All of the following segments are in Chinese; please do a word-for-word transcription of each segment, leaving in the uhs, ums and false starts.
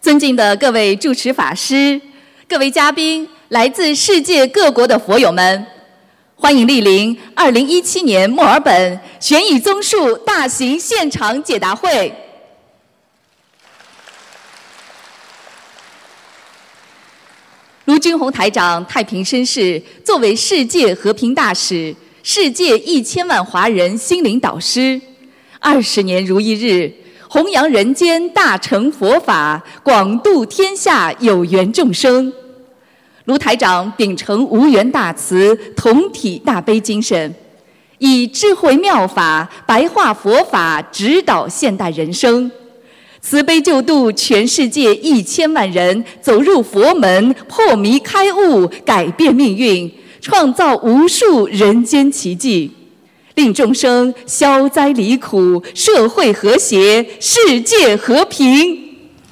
尊敬的各位主持法师、各位嘉宾、来自世界各国的佛友们，欢迎莅临二零一七年墨尔本悬疑综述大型现场解答会。卢军宏台长太平绅士作为世界和平大使、世界一千万华人心灵导师，二十年如一日，弘扬人间大乘佛法，广度天下有缘众生。卢台长秉承无缘大慈、同体大悲精神，以智慧妙法白话佛法指导现代人生，慈悲救度全世界一千万人走入佛门，破迷开悟，改变命运，创造无数人间奇迹，令众生消灾离苦，社会和谐，世界和平。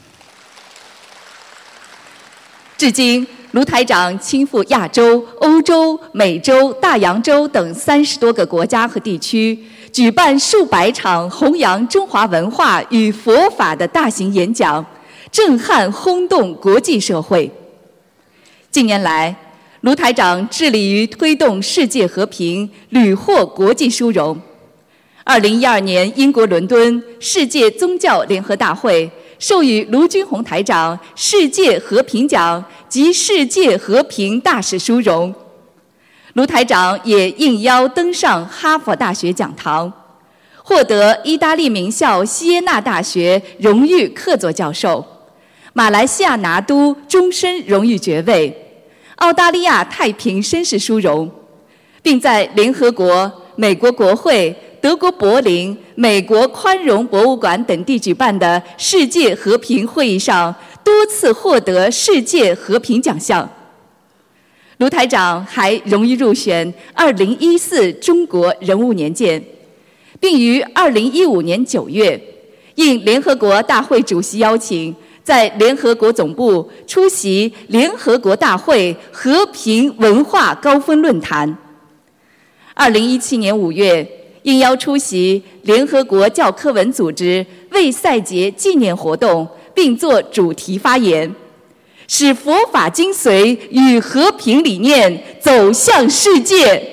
至今，卢台长亲赴亚洲、欧洲、美洲、大洋洲等三十多个国家和地区，举办数百场弘扬中华文化与佛法的大型演讲，震撼轰动国际社会。近年来，卢台长致力于推动世界和平，屡获国际殊荣。二零一二年，英国伦敦世界宗教联合大会授予卢军宏台长世界和平奖及世界和平大使殊荣。卢台长也应邀登上哈佛大学讲堂，获得意大利名校锡耶纳大学荣誉客座教授，马来西亚拿督终身荣誉爵位，澳大利亚太平绅士殊荣，并在联合国、美国国会、德国柏林、美国宽容博物馆等地举办的世界和平会议上多次获得世界和平奖项。卢台长还荣誉入选二零一四中国人物年鉴，并于二零一五年九月应联合国大会主席邀请，在联合国总部出席联合国大会和平文化高峰论坛。二零一七年五月，应邀出席联合国教科文组织为赛节纪念活动，并作主题发言，使佛法精髓与和平理念走向世界。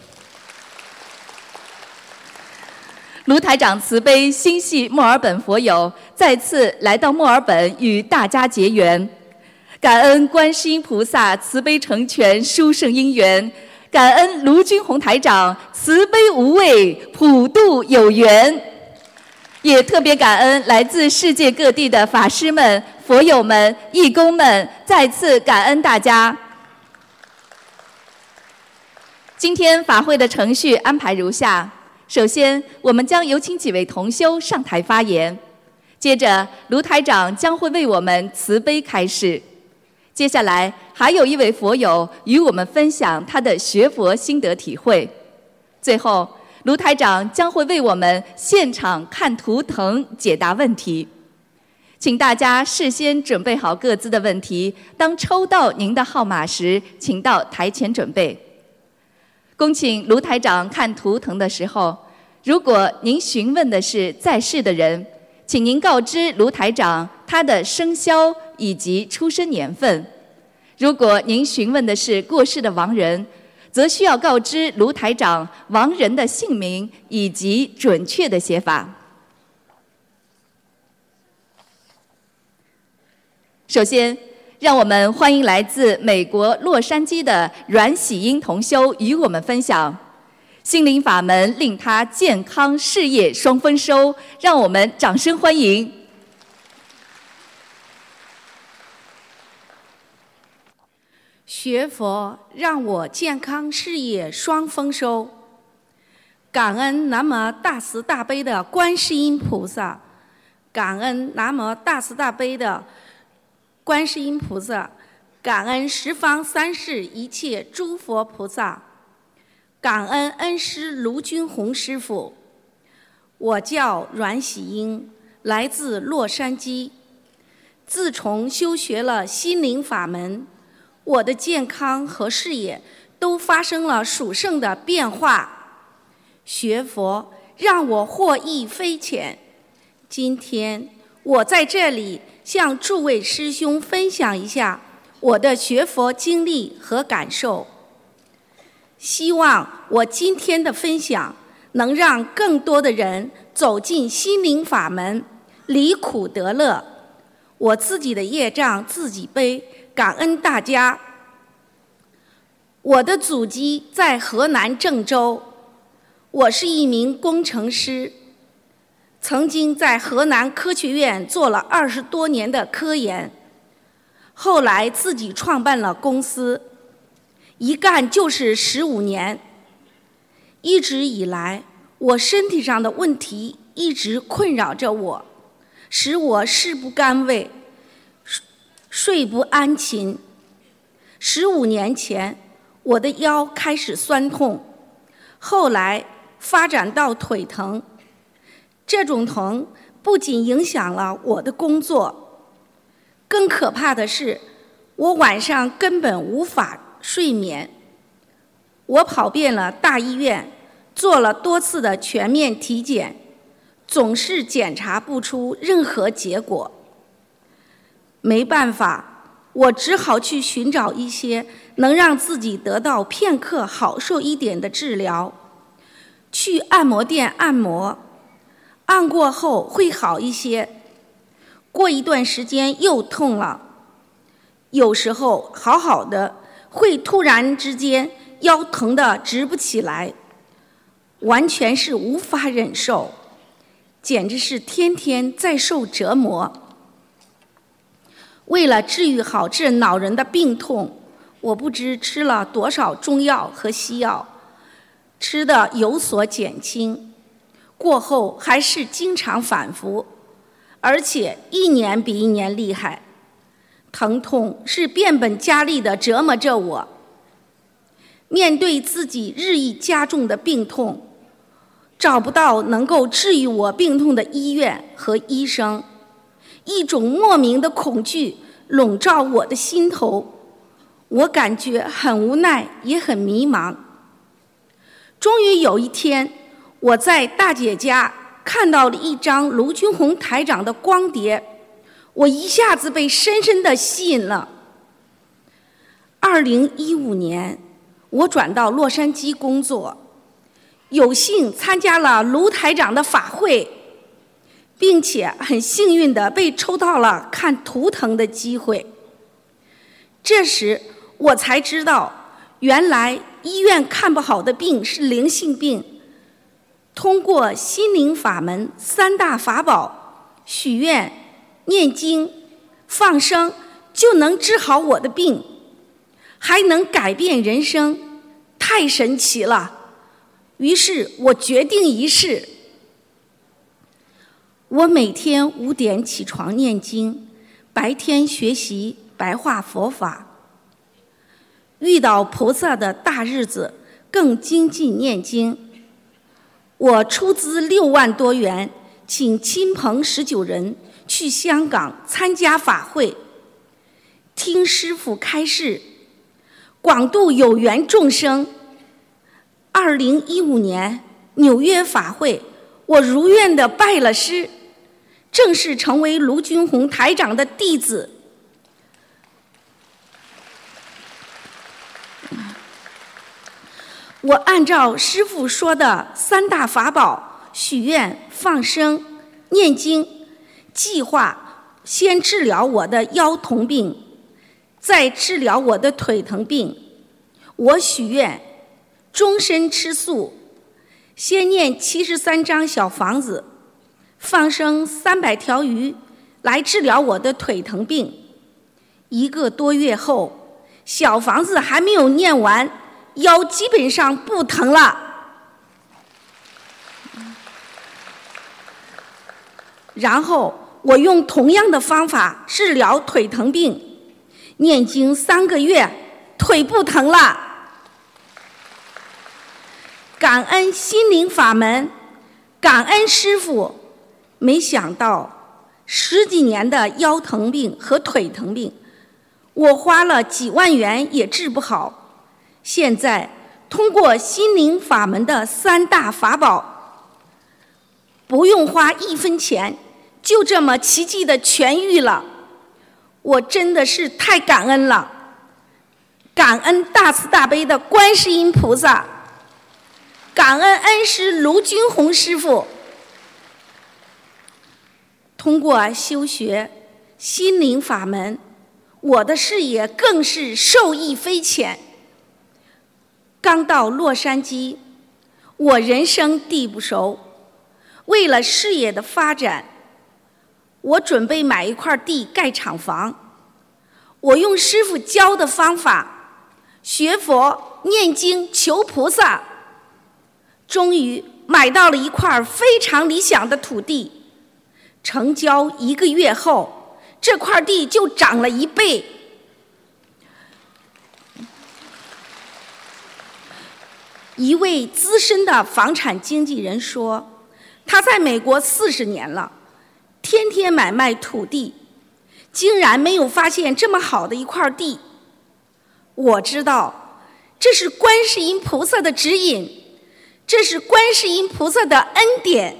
卢台长慈悲心系墨尔本佛友，再次来到墨尔本与大家结缘，感恩观世音菩萨慈悲成全殊胜因缘，感恩卢军宏台长慈悲无畏，普度有缘，也特别感恩来自世界各地的法师们、佛友们、义工们，再次感恩大家。今天法会的程序安排如下：首先，我们将有请几位同修上台发言，接着卢台长将会为我们慈悲开示。接下来还有一位佛友与我们分享他的学佛心得体会。最后，卢台长将会为我们现场看图腾解答问题。请大家事先准备好各自的问题，当抽到您的号码时，请到台前准备。恭请卢台长看图腾的时候，如果您询问的是在世的人，请您告知卢台长他的生肖以及出生年份。如果您询问的是过世的亡人，则需要告知卢台长亡人的姓名以及准确的写法。首先，让我们欢迎来自美国洛杉矶的阮喜英同修与我们分享心灵法门，令他健康事业双丰收，让我们掌声欢迎。 学佛让我健康事业双丰收，感恩南无大慈大悲的观世音菩萨，感恩南无大慈大悲的观世音菩萨，感恩十方三世一切诸佛菩萨，感恩恩师卢军宏师父。我叫阮喜英，来自洛杉矶。自从修学了心灵法门，我的健康和事业都发生了属圣的变化。学佛让我获益匪浅。今天我在这里向诸位师兄分享一下我的学佛经历和感受。希望我今天的分享能让更多的人走进心灵法门，离苦得乐。我自己的业障自己背，感恩大家。我的祖籍在河南郑州，我是一名工程师，曾经在河南科学院做了二十多年的科研，后来自己创办了公司，一干就是十五年。一直以来，我身体上的问题一直困扰着我，使我事不甘味，睡不安寝。十五年前，我的腰开始酸痛，后来发展到腿疼。这种疼不仅影响了我的工作，更可怕的是，我晚上根本无法睡眠。我跑遍了大医院，做了多次的全面体检，总是检查不出任何结果。没办法，我只好去寻找一些能让自己得到片刻好受一点的治疗，去按摩店按摩，按过后会好一些，过一段时间又痛了。有时候好好的，会突然之间腰疼得直不起来，完全是无法忍受，简直是天天在受折磨。为了治愈好这恼人的病痛，我不知吃了多少中药和西药，吃的有所减轻，过后还是经常反复，而且一年比一年厉害，疼痛是变本加厉地折磨着我。面对自己日益加重的病痛，找不到能够治愈我病痛的医院和医生，一种莫名的恐惧笼罩我的心头，我感觉很无奈，也很迷茫。终于有一天，我在大姐家看到了一张卢军红台长的光碟，我一下子被深深地吸引了。二零一五年，我转到洛杉矶工作，有幸参加了卢台长的法会，并且很幸运地被抽到了看图腾的机会。这时我才知道，原来医院看不好的病是灵性病，通过心灵法门三大法宝许愿、念经、放生，就能治好我的病，还能改变人生，太神奇了。于是我决定一试。我每天五点起床念经，白天学习白话佛法，遇到菩萨的大日子更精进念经。我出资六万多元，请亲朋十九人去香港参加法会，听师父开示，广度有缘众生。二零一五年纽约法会，我如愿地拜了师，正式成为卢军红台长的弟子。我按照师父说的三大法宝许愿、放生、念经，计划先治疗我的腰疼病，再治疗我的腿疼病。我许愿终身吃素，先念七十三张小房子，放生三百条鱼，来治疗我的腿疼病。一个多月后，小房子还没有念完，腰基本上不疼了。然后我用同样的方法治疗腿疼病，念经三个月，腿不疼了。感恩心灵法门，感恩师父。没想到十几年的腰疼病和腿疼病，我花了几万元也治不好。现在通过心灵法门的三大法宝，不用花一分钱，就这么奇迹的痊愈了。 我真的是太感恩了，感恩大慈大悲的观世音菩萨，感恩恩师卢军宏师父。通过修学心灵法门，我的视野更是受益匪浅。刚到洛杉矶，我人生地不熟，为了事业的发展，我准备买一块地盖厂房。我用师父教的方法，学佛、念经、求菩萨，终于买到了一块非常理想的土地。成交一个月后，这块地就涨了一倍。一位资深的房产经纪人说，他在美国四十年了，天天买卖土地，竟然没有发现这么好的一块地。我知道，这是观世音菩萨的指引，这是观世音菩萨的恩典。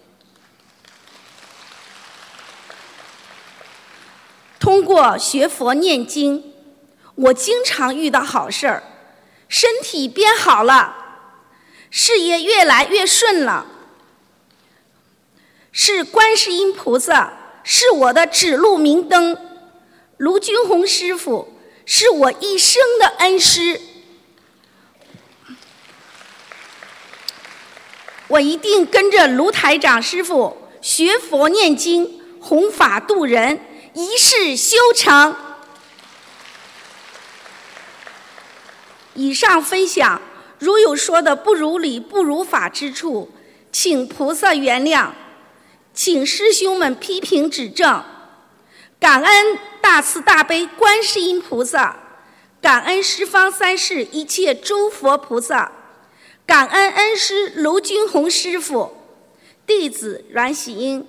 通过学佛念经，我经常遇到好事儿，身体变好了，事业越来越顺了。是观世音菩萨是我的指路明灯，卢军宏师父是我一生的恩师。我一定跟着卢台长师父学佛念经，弘法度人，一世修成。以上分享如有说的不如理不如法之处，请菩萨原谅，请师兄们批评指正。感恩大慈大悲观世音菩萨，感恩十方三世一切诸佛菩萨，感恩恩师卢军宏师父，弟子阮喜英。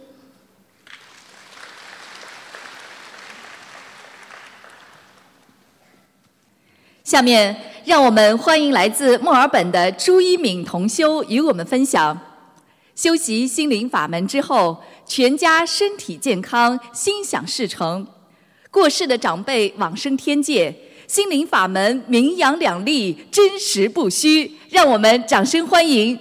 下面让我们欢迎来自墨尔本的朱一敏同修与我们分享，修习心灵法门之后，全家身体健康，心想事成，过世的长辈往生天界，心灵法门名扬两利，真实不虚。让我们掌声欢迎。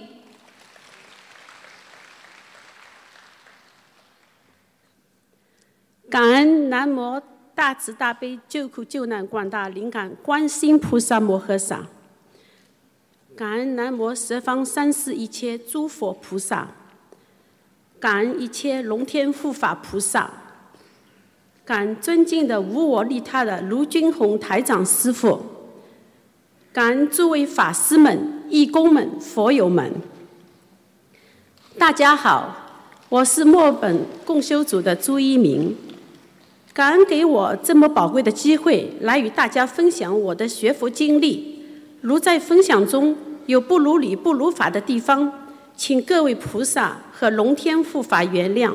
感恩南无大慈大悲救苦救难广大灵感观世音菩萨摩诃萨，感恩南无十方三世一切诸佛菩萨，感恩一切龙天护法菩萨，感恩尊敬的无我利他的卢军宏台长师父，感恩诸位法师们、义工们、佛友们。大家好，我是墨尔本共修组的朱一鸣。感恩给我这么宝贵的机会来与大家分享我的学佛经历，如在分享中有不如理不如法的地方，请各位菩萨和龙天护法原谅。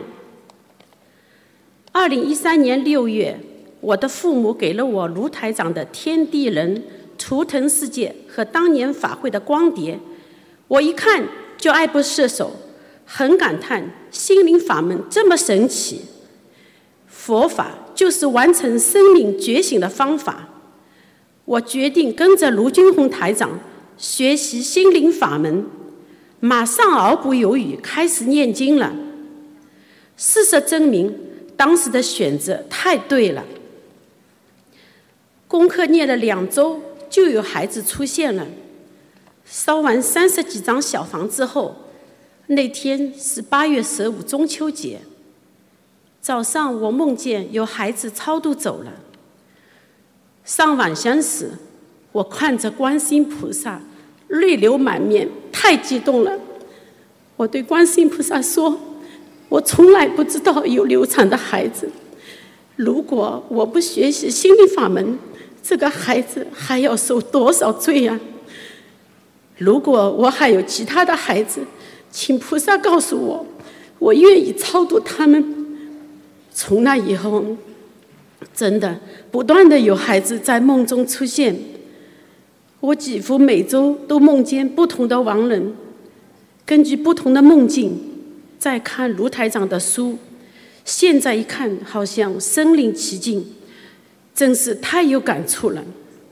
二零一三年六月，我的父母给了我卢台长的《天地人图腾世界》和当年法会的光碟，我一看就爱不释手，很感叹心灵法门这么神奇，佛法就是完成生命觉醒的方法。我决定跟着卢军宏台长学习心灵法门，马上毫不犹豫开始念经了。事实证明，当时的选择太对了。功课念了两周，就有孩子出现了。烧完三十几张小房之后，那天是八月十五中秋节。早上我梦见有孩子超度走了。上晚香时，我看着观世音菩萨，泪流满面，太激动了。我对观世音菩萨说，我从来不知道有流产的孩子，如果我不学习心灵法门，这个孩子还要受多少罪啊！如果我还有其他的孩子，请菩萨告诉我，我愿意超度他们。从那以后，真的不断的有孩子在梦中出现，我几乎每周都梦见不同的亡人，根据不同的梦境再看卢台长的书，现在一看好像身临其境， 真是太有感触了。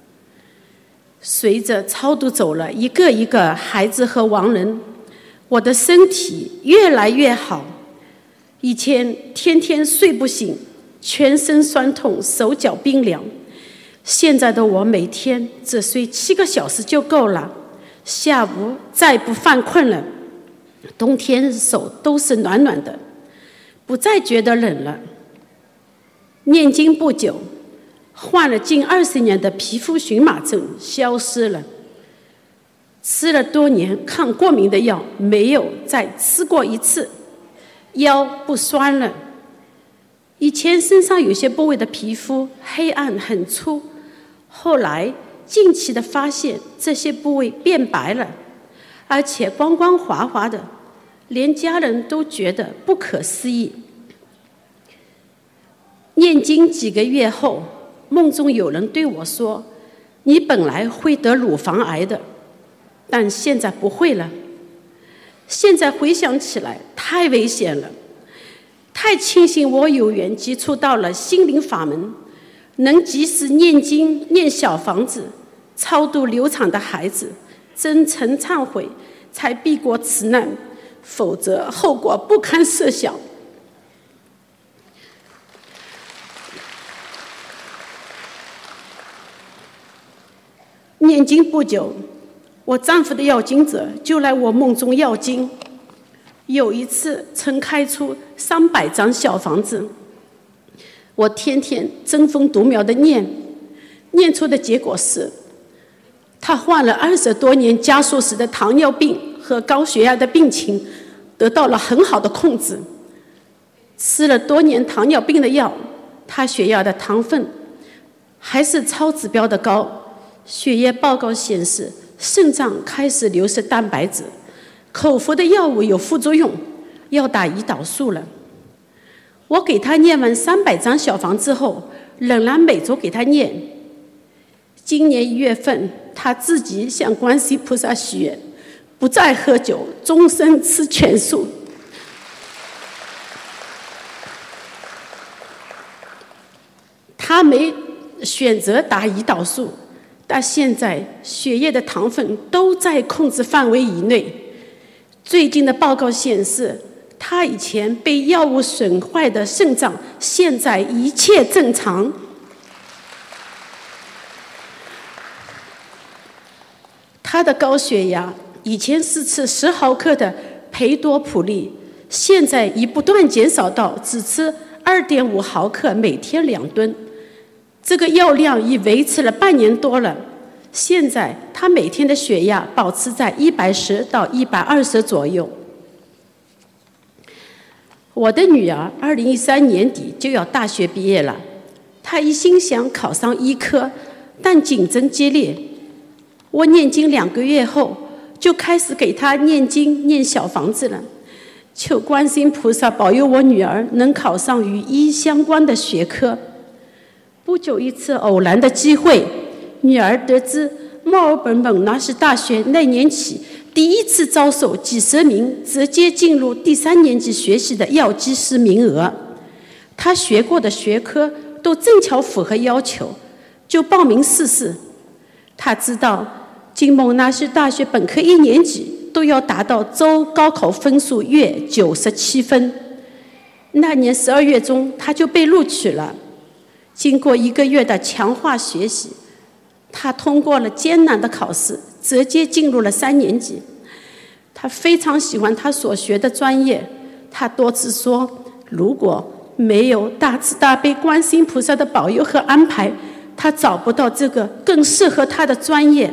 随着超度走了一个一个孩子和亡人，我的身体越来越好。以前天天睡不醒，全身酸痛，手脚冰凉。现在的我每天只睡七个小时就够了，下午再不犯困了，冬天手都是暖暖的，不再觉得冷了。念经不久，患了近二十年的皮肤荨麻症消失了，吃了多年抗过敏的药，没有再吃过一次，腰不酸了。以前身上有些部位的皮肤黑暗很粗，后来近期的发现这些部位变白了，而且光光滑滑的，连家人都觉得不可思议。念经几个月后，梦中有人对我说，你本来会得乳房癌的，但现在不会了。现在回想起来太危险了，太庆幸我有缘接触到了心灵法门，能及时念经念小房子，超度流产的孩子，真诚忏悔，才避过此难，否则后果不堪设想。念经不久，我丈夫的要经者就来我梦中要经，有一次曾开出三百张小房子，我天天争分夺秒的念，念出的结果是，他患了二十多年家属史的糖尿病和高血压的病情得到了很好的控制，吃了多年糖尿病的药，他血压的糖分还是超指标的高。血液报告显示，肾脏开始流失蛋白质，口服的药物有副作用，要打胰岛素了。我给他念完三百张小房之后，仍然每周给他念。今年一月份，他自己向观世音菩萨许愿，不再喝酒，终身吃全素。他没选择打胰岛素，但现在血液的糖分都在控制范围以内。最近的报告显示，他以前被药物损坏的肾脏现在一切正常。他的高血压以前是吃十毫克的培多普利，现在已不断减少到只吃 二点五毫克，每天两吨。这个药量已维持了半年多了，现在他每天的血压保持在一百十到一百二十左右。我的女儿二零一三年底就要大学毕业了，她一心想考上医科，但竞争激烈。我念经两个月后，就开始给她念经念小房子了，求观世音菩萨保佑我女儿能考上与医相关的学科。不久一次偶然的机会，女儿得知墨尔本蒙纳士大学那年起第一次招收几十名直接进入第三年级学习的药剂师名额，她学过的学科都正巧符合要求，就报名试试。她知道进蒙纳士大学本科一年级都要达到州高考分数约九十七分，那年十二月中她就被录取了。经过一个月的强化学习，他通过了艰难的考试，直接进入了三年级。他非常喜欢他所学的专业，他多次说，如果没有大慈大悲观世音菩萨的保佑和安排，他找不到这个更适合他的专业。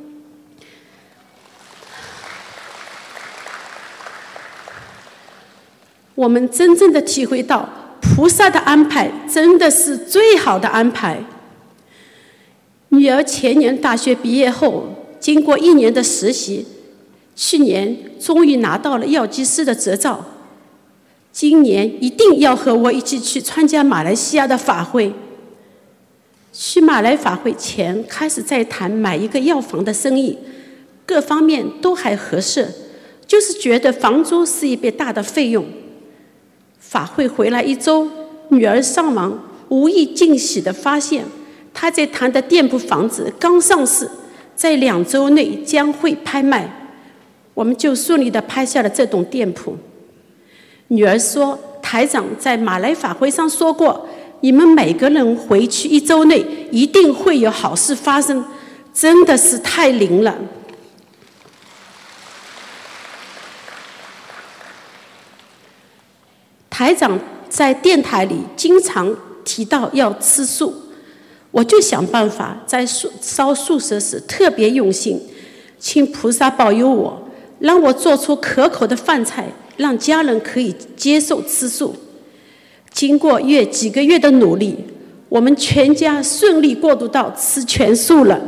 我们真正的体会到，菩萨的安排真的是最好的安排。女儿前年大学毕业后，经过一年的实习，去年终于拿到了药剂师的执照。今年一定要和我一起去参加马来西亚的法会。去马来法会前，开始在谈买一个药房的生意，各方面都还合适，就是觉得房租是一笔大的费用。法会回来一周，女儿上网无意惊喜地发现，他在谈的店铺房子刚上市，在两周内将会拍卖，我们就顺利地拍下了这栋店铺。女儿说，台长在马来法会上说过，你们每个人回去一周内一定会有好事发生，真的是太灵了。台长在电台里经常提到要吃素，我就想办法在烧素食时特别用心，请菩萨保佑我，让我做出可口的饭菜，让家人可以接受吃素。经过约几个月的努力，我们全家顺利过渡到吃全素了。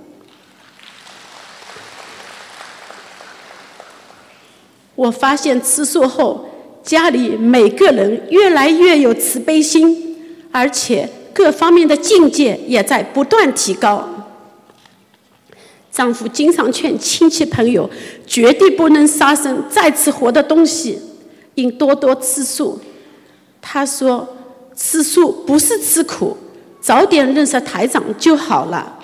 我发现吃素后，家里每个人越来越有慈悲心，而且各方面的境界也在不断提高。丈夫经常劝亲戚朋友绝对不能杀生再吃活的东西，应多多吃素。他说，吃素不是吃苦，早点认识台长就好了。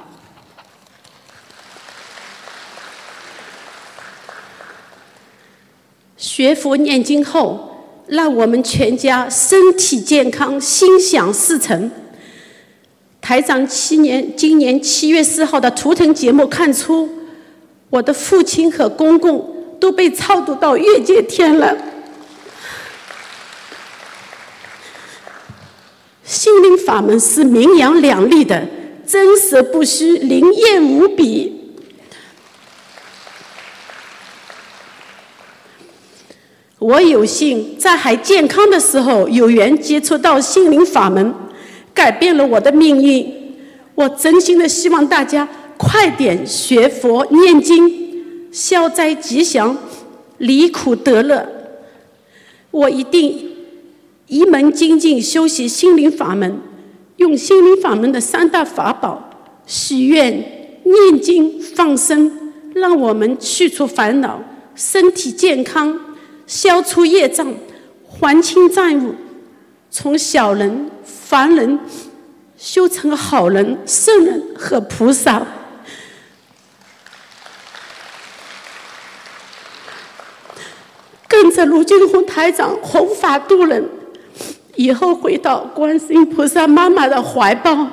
学佛念经后，让我们全家身体健康，心想事成。台长七年，今年七月四号的图腾节目看出，我的父亲和公公都被超度到月界天了。心灵法门是名扬两利的，真实不虚，灵验无比。我有幸在还健康的时候有缘接触到心灵法门，改变了我的命运。我真心的希望大家快点学佛念经，消灾吉祥，离苦得乐。我一定一门精进修习心灵法门，用心灵法门的三大法宝许愿、念经、放生，让我们去除烦恼，身体健康，消除业障，还清债务，从小人、凡人修成好人、圣人和菩萨。跟着卢俊宏台长弘法度人，以后回到观世音菩萨妈妈的怀抱。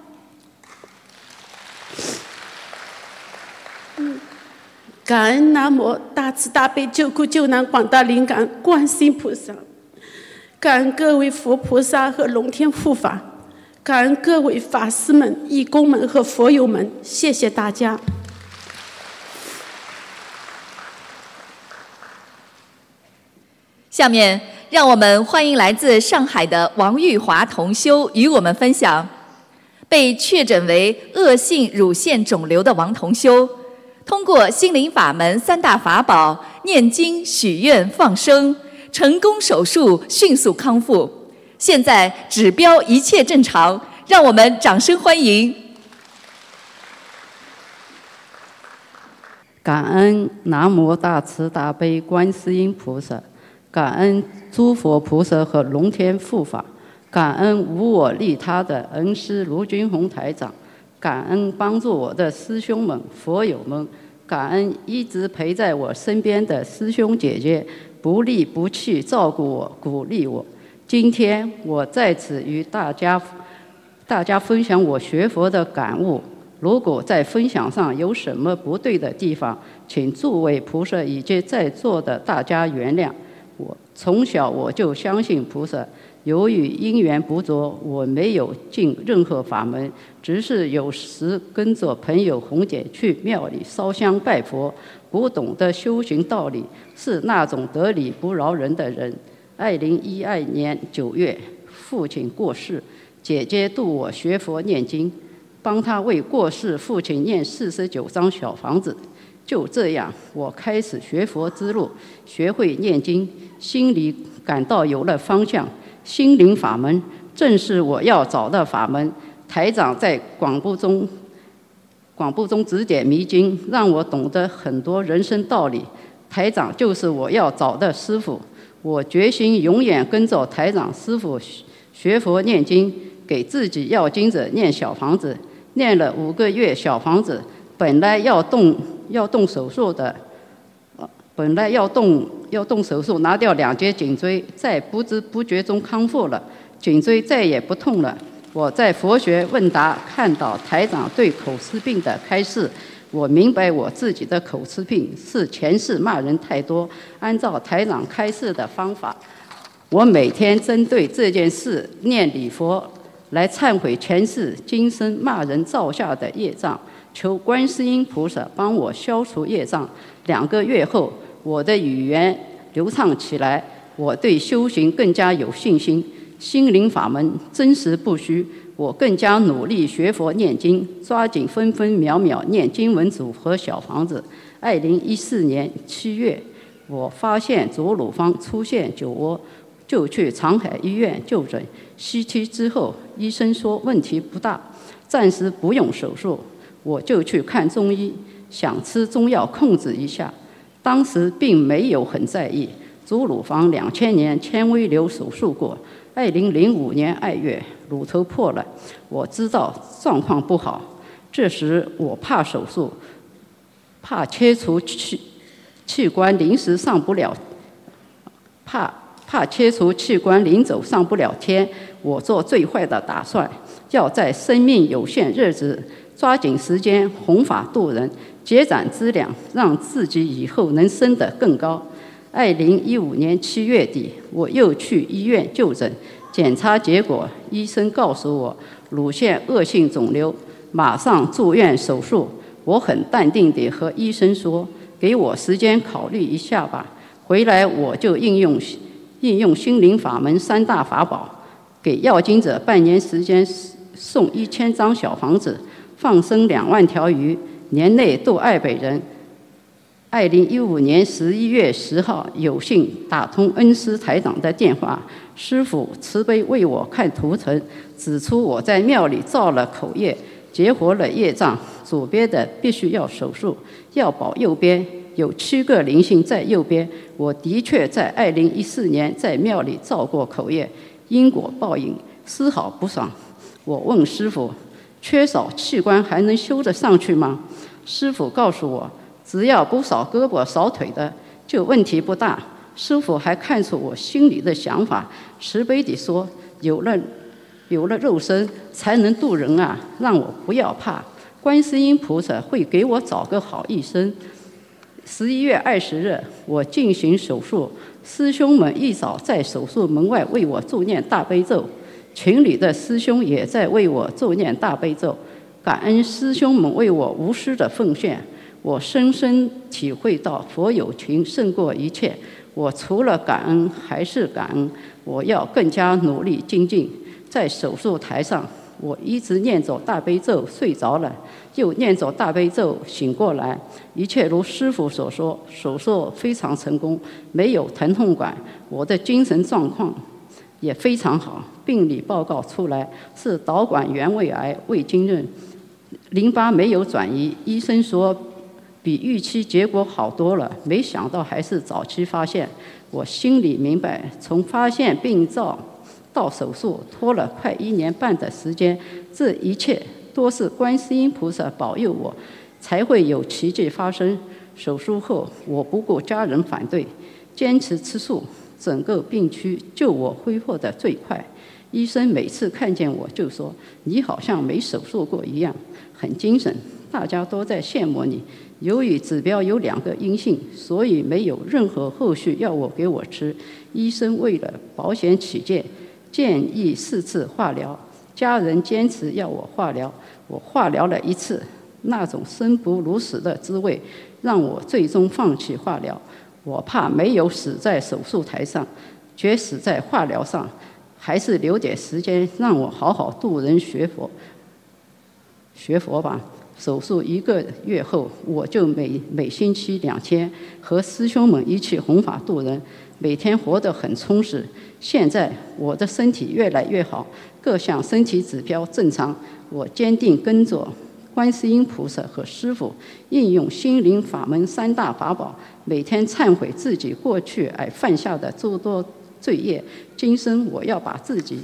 感恩南无大慈大悲救苦救难广大灵感观世音菩萨，感恩各位佛菩萨和龙天护法，感恩各位法师们、义工们和佛友们，谢谢大家。 下面让我们欢迎来自上海的王玉华同修与我们分享，被确诊为恶性乳腺肿瘤的王同修，通过心灵法门三大法宝念经、许愿、放生，成功手术，迅速康复，现在指标一切正常，让我们掌声欢迎。 感恩南无大慈大悲观世音菩萨，感恩诸佛菩萨和龙天护法，感恩无我利他的恩师卢军宏台长，感恩帮助我的师兄们、佛友们，感恩一直陪在我身边的师兄姐姐，不离不弃照顾我、鼓励我。今天我在此与大家大家分享我学佛的感悟。如果在分享上有什么不对的地方，请诸位菩萨以及在座的大家原谅。我从小我就相信菩萨，由于因缘不足，我没有进任何法门，只是有时跟着朋友红姐去庙里烧香拜佛，不懂得修行道理，是那种得理不饶人的人。二零一二年九月，父亲过世，姐姐度我学佛念经，帮他为过世父亲念四十九张小房子。就这样，我开始学佛之路，学会念经，心里感到有了方向。心灵法门正是我要找的法门。台长在广播中广播中指点迷津，让我懂得很多人生道理。台长就是我要找的师父，我决心永远跟着台长师父学佛念经， 给自己要经者念小房子，念了五个月小房子，本来要动要动手术的，本来要动要动手术拿掉两节颈椎，在不知不觉中康复了，颈椎再也不痛了。我在佛学问答看到台长对口吃病的开示，我明白我自己的口吃病是前世骂人太多，按照台长开示的方法，我每天针对这件事念礼佛，来忏悔前世今生骂人造下的业障，求观世音菩萨帮我消除业障。两个月后，我的语言流畅起来，我对修行更加有信心，心灵法门真实不虚，我更加努力学佛念经，抓紧分分秒秒念经文组和小房子。二零一四年七月，我发现左乳房出现酒窝，就去长海医院就诊。C T 之后，医生说问题不大，暂时不用手术。我就去看中医，想吃中药控制一下。当时并没有很在意。左乳房两千年纤维瘤手术过，二零零五年二月乳头破了，我知道状况不好。这时我怕手术，怕切除器器官临时上不了，怕怕切除器官临走上不了天。我做最坏的打算，要在生命有限日子抓紧时间弘法度人，积攒资粮，让自己以后能升得更高。二零一五年七月底，我又去医院就诊，检查结果，医生告诉我乳腺恶性肿瘤，马上住院手术。我很淡定地和医生说，给我时间考虑一下吧。回来我就应用应用心灵法门三大法宝，给要经者半年时间送一千张小房子，放生两万条鱼，年内度二百人。二零一五年十一月十号，有幸打通恩师台长的电话，师父慈悲为我看图腾，指出我在庙里造了口业，结活了业障，左边的必须要手术，要保右边，有七个灵性在右边。我的确在二零一四年在庙里造过口业，因果报应，丝毫不爽。我问师父，缺少器官还能修得上去吗？师父告诉我，只要不少胳膊少腿的，就问题不大。师父还看出我心里的想法，慈悲地说，有了有了肉身才能度人啊，让我不要怕，观世音菩萨会给我找个好医生。十一月二十日，我进行手术，师兄们一早在手术门外为我助念大悲咒，群里的师兄也在为我助念大悲咒，感恩师兄们为我无私的奉献。我深深体会到佛有情胜过一切，我除了感恩还是感恩，我要更加努力精进。在手术台上，我一直念着大悲咒睡着了，又念着大悲咒醒过来，一切如师父所说，手术非常成功，没有疼痛感，我的精神状况也非常好。病理报告出来是导管原位癌未经认，淋巴没有转移，医生说比预期结果好多了，没想到还是早期发现。我心里明白，从发现病灶到手术拖了快一年半的时间，这一切都是观世音菩萨保佑我，才会有奇迹发生。手术后，我不顾家人反对，坚持吃素，整个病区就我恢复得最快。医生每次看见我就说，你好像没手术过一样，很精神，大家都在羡慕你。由于指标有两个阴性，所以没有任何后续要我给我吃。医生为了保险起见，建议四次化疗，家人坚持要我化疗，我化疗了一次，那种生不如死的滋味让我最终放弃化疗。我怕没有死在手术台上，却死在化疗上，还是留点时间让我好好度人学佛学佛吧。手术一个月后，我就每每星期两天和师兄们一起弘法度人，每天活得很充实。现在我的身体越来越好，各项身体指标正常。我坚定跟着观世音菩萨和师父，应用心灵法门三大法宝，每天忏悔自己过去而犯下的诸多罪业。今生我要把自己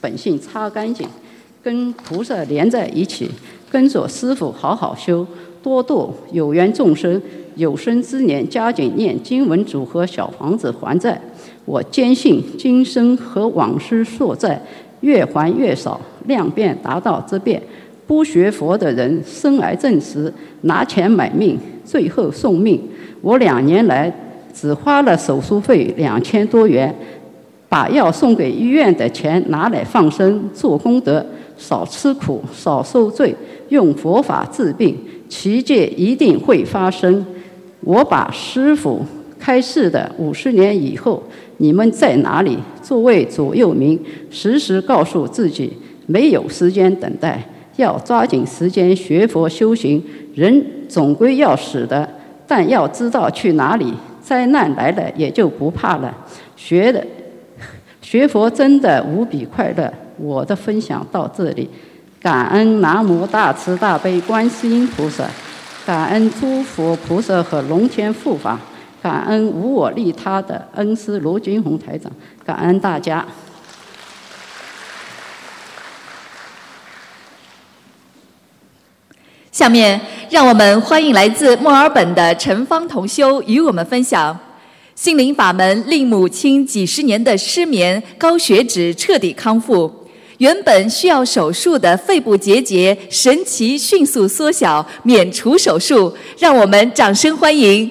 本性擦干净，跟菩萨连在一起，跟着师父好好修，多度有缘众生。有生之年加紧念经文组合小房子还债。我坚信今生和往事所债越还越少，量变达到质变。不学佛的人生癌症时拿钱买命，最后送命。我两年来只花了手术费两千多元，把药送给医院的钱拿来放生做功德，少吃苦少受罪，用佛法治病，奇迹一定会发生。我把师父开示的五十年以后，你们在哪里？作为左右铭，时时告诉自己，没有时间等待，要抓紧时间学佛修行。人总归要死的，但要知道去哪里，灾难来了也就不怕了。学的学佛真的无比快乐。我的分享到这里，感恩南无大慈大悲观世音菩萨，感恩诸佛菩萨和龙天护法，感恩无我利他的恩师罗军宏台长，感恩大家。 下面让我们欢迎来自墨尔本的陈芳同修与我们分享心灵法门令母亲几十年的失眠、高血脂彻底康复，原本需要手术的肺部结节神奇迅速缩小，免除手术。让我们掌声欢迎。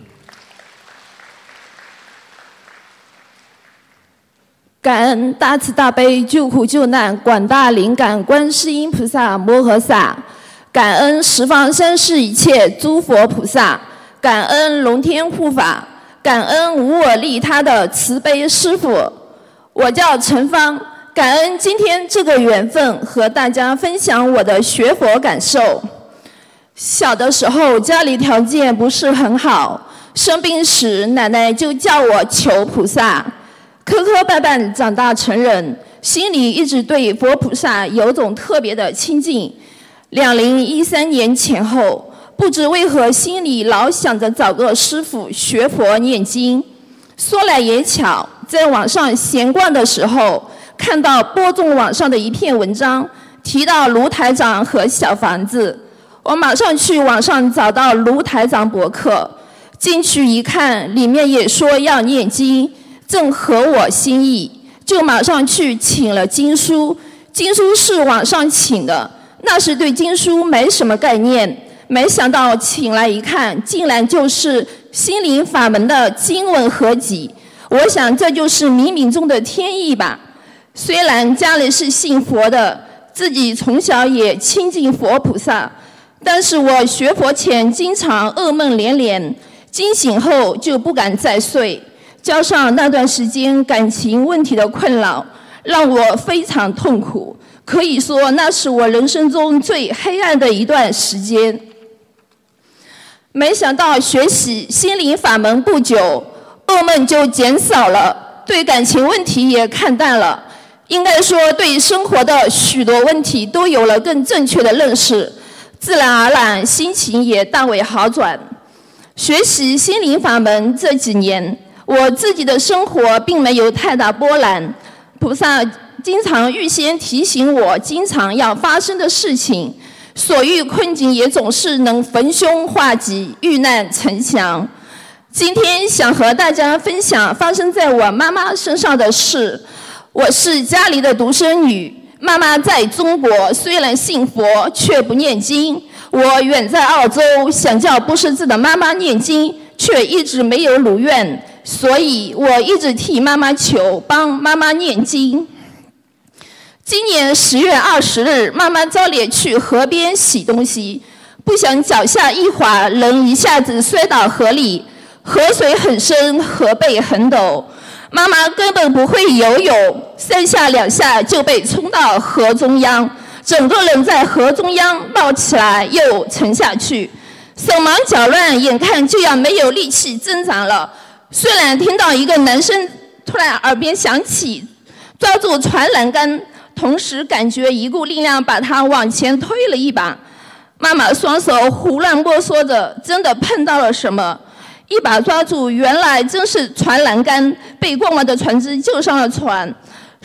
感恩大慈大悲救苦救难广大灵感观世音菩萨摩诃萨，感恩十方三世一切诸佛菩萨，感恩龙天护法，感恩无我利他的慈悲师父。我叫陈芳，感恩今天这个缘分和大家分享我的学佛感受。小的时候家里条件不是很好，生病时奶奶就叫我求菩萨，磕磕绊绊长大成人，心里一直对佛菩萨有种特别的亲近。两零一三年前后，不知为何心里老想着找个师父学佛念经。说来也巧，在网上闲逛的时候，看到播种网上的一篇文章，提到卢台长和小房子，我马上去网上找到卢台长博客，进去一看，里面也说要念经，正合我心意，就马上去请了经书。经书是网上请的，那时对经书没什么概念，没想到请来一看，竟然就是心灵法门的经文合集。我想这就是冥冥中的天意吧。虽然家里是信佛的，自己从小也亲近佛菩萨，但是我学佛前经常噩梦连连，惊醒后就不敢再睡，加上那段时间感情问题的困扰，让我非常痛苦，可以说那是我人生中最黑暗的一段时间。没想到学习心灵法门不久，噩梦就减少了，对感情问题也看淡了，应该说对生活的许多问题都有了更正确的认识，自然而然心情也大为好转。学习心灵法门这几年，我自己的生活并没有太大波澜，菩萨经常预先提醒我经常要发生的事情，所遇困境也总是能逢凶化吉，遇难成祥。今天想和大家分享发生在我妈妈身上的事。我是家里的独生女，妈妈在中国虽然信佛却不念经，我远在澳洲想叫不识字的妈妈念经，却一直没有如愿，所以我一直替妈妈求，帮妈妈念经。今年十月二十日，妈妈照例去河边洗东西，不想脚下一滑，人一下子摔到河里，河水很深，河背很陡，妈妈根本不会游泳，三下两下就被冲到河中央，整个人在河中央冒起来又沉下去，手忙脚乱，眼看就要没有力气挣扎了。虽然听到一个男生突然耳边响起，抓住船栏杆，同时感觉一股力量把他往前推了一把。妈妈双手胡乱摸索着，真的碰到了什么，一把抓住，原来真是船栏杆，被过往的船只救上了船。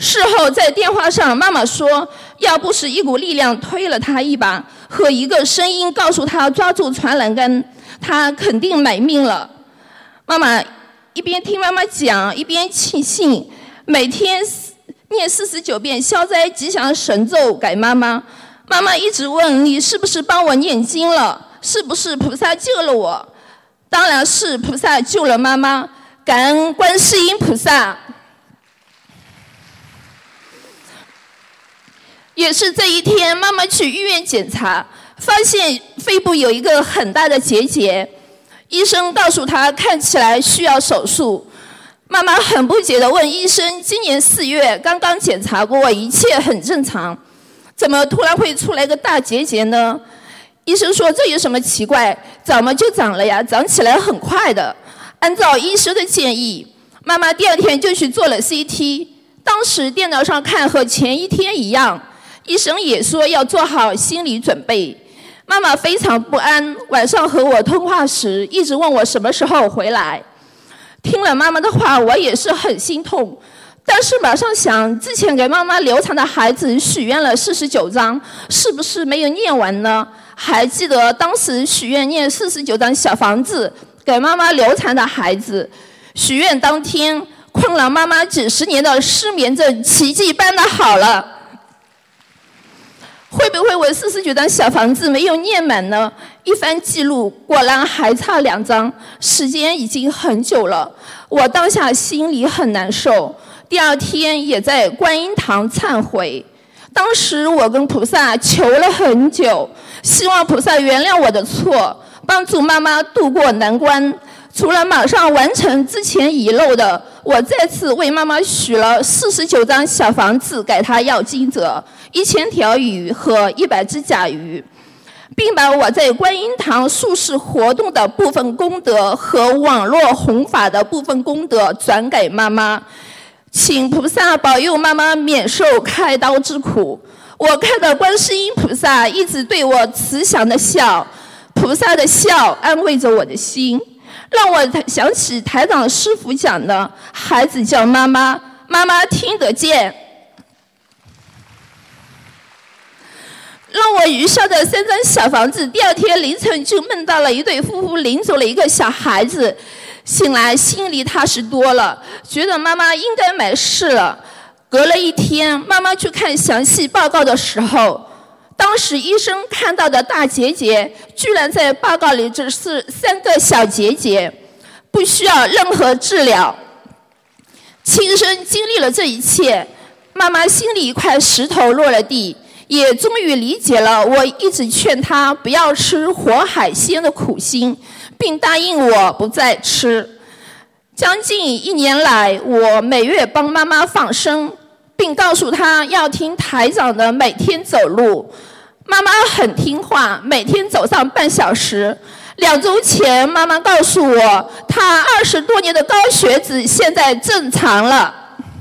事后在电话上，妈妈说，要不是一股力量推了他一把，和一个声音告诉他抓住船栏杆，他肯定没命了。妈妈一边听妈妈讲，一边庆幸，每天念四十九遍消灾吉祥神咒给妈妈。妈妈一直问，你是不是帮我念经了？是不是菩萨救了我？当然是菩萨救了妈妈，感恩观世音菩萨。也是这一天，妈妈去医院检查，发现肺部有一个很大的结节，医生告诉她看起来需要手术。妈妈很不解地问医生，今年四月刚刚检查过，一切很正常，怎么突然会出来个大结节呢？医生说，这有什么奇怪，长嘛就长了呀，长起来很快的。按照医生的建议，妈妈第二天就去做了 C T， 当时电脑上看和前一天一样，医生也说要做好心理准备。妈妈非常不安，晚上和我通话时一直问我什么时候回来。听了妈妈的话，我也是很心痛，但是马上想，之前给妈妈流产的孩子许愿了四十九章，是不是没有念完呢？还记得当时许愿念四十九张小房子给妈妈流产的孩子，许愿当天困扰妈妈几十年的失眠症奇迹般的好了。会不会我四十九张小房子没有念满呢？一番记录，果然还差两张，时间已经很久了。我当下心里很难受，第二天也在观音堂忏悔。当时我跟菩萨求了很久，希望菩萨原谅我的错，帮助妈妈渡过难关。除了马上完成之前遗漏的，我再次为妈妈许了四十九张小房子给她要经者，一千条鱼和一百只甲鱼，并把我在观音堂术士活动的部分功德和网络弘法的部分功德转给妈妈，请菩萨保佑妈妈免受开刀之苦。我看到观世音菩萨一直对我慈祥的笑，菩萨的笑安慰着我的心，让我想起台长师父讲的，孩子叫妈妈，妈妈听得见。让我余下的三张小房子，第二天凌晨就梦到了一对夫妇领走了一个小孩子，醒来心里踏实多了，觉得妈妈应该没事了。隔了一天，妈妈去看详细报告的时候，当时医生看到的大结节，居然在报告里只是三个小结节，不需要任何治疗。亲身经历了这一切，妈妈心里一块石头落了地，也终于理解了我一直劝她不要吃活海鲜的苦心，并答应我不再吃。将近一年来，我每月帮妈妈放生，并告诉她要听台长的每天走路。妈妈很听话，每天走上半小时。两周前，妈妈告诉我，她二十多年的高血脂现在正常了。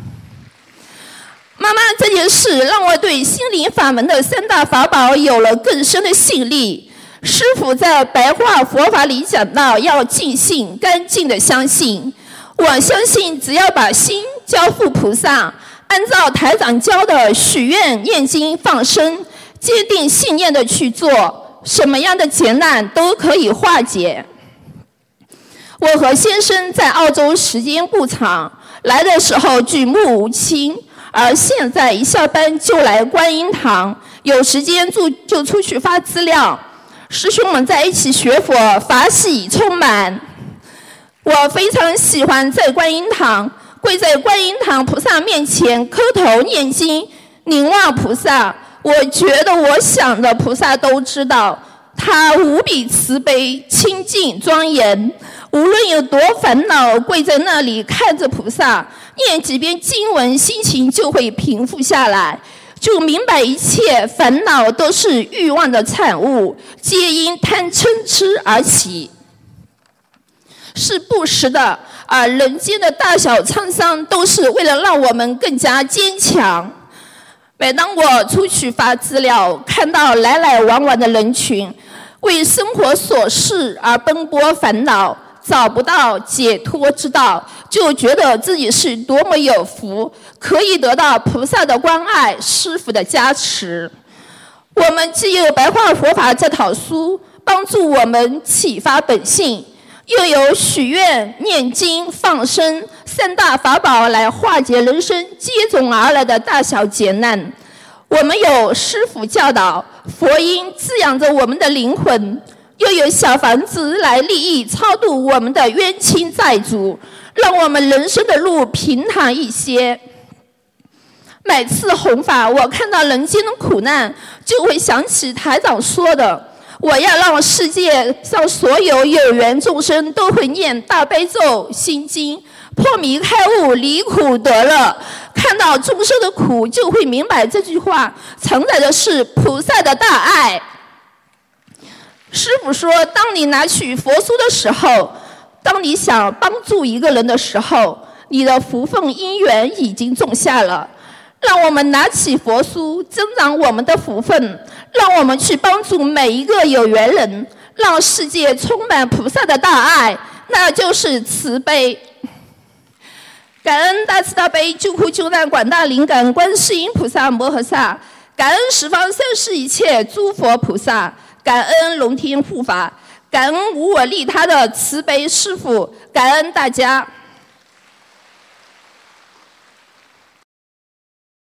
妈妈这件事让我对心灵法门的三大法宝有了更深的信力。师父在白话佛法里讲到，要尽信，干净的相信。我相信，只要把心交付菩萨，按照台长教的许愿、念经、放生，坚定信念的去做，什么样的劫难都可以化解。我和先生在澳洲时间不长，来的时候举目无亲，而现在一下班就来观音堂，有时间就就出去发资料。师兄们在一起学佛，法喜充满。我非常喜欢在观音堂，跪在观音堂菩萨面前磕头念经，凝望菩萨。我觉得我想的菩萨都知道，他无比慈悲、清净、庄严。无论有多烦恼，跪在那里看着菩萨，念几遍经文，心情就会平复下来，就明白一切烦恼都是欲望的产物，皆因贪嗔痴而起，是不实的。而人间的大小沧桑，都是为了让我们更加坚强。每当我出去发资料，看到来来往往的人群，为生活琐事而奔波烦恼， 找不到解脱之道，就觉得自己是多么有福，可以得到菩萨的关爱、师父的加持。我们既有白话佛法这套书帮助我们启发本性，又有许愿、念经、放生三大法宝来化解人生接踵而来的大小劫难。我们有师父教导，佛音滋养着我们的灵魂，又有小房子来利益超度我们的冤亲债主，让我们人生的路平坦一些。每次弘法，我看到人间的苦难，就会想起台长说的，我要让世界上所有有缘众生都会念大悲咒、心经，破迷开悟，离苦得乐。看到众生的苦，就会明白这句话承载的是菩萨的大爱。师父说，当你拿取佛书的时候，当你想帮助一个人的时候，你的福分因缘已经种下了。让我们拿起佛书，增长我们的福分，让我们去帮助每一个有缘人，让世界充满菩萨的大爱，那就是慈悲。感恩大慈大悲救苦救难广大灵感观世音菩萨摩诃萨，感恩十方三世一切诸佛菩萨，感恩龙天护法，感恩无我利他的慈悲师父，感恩大家。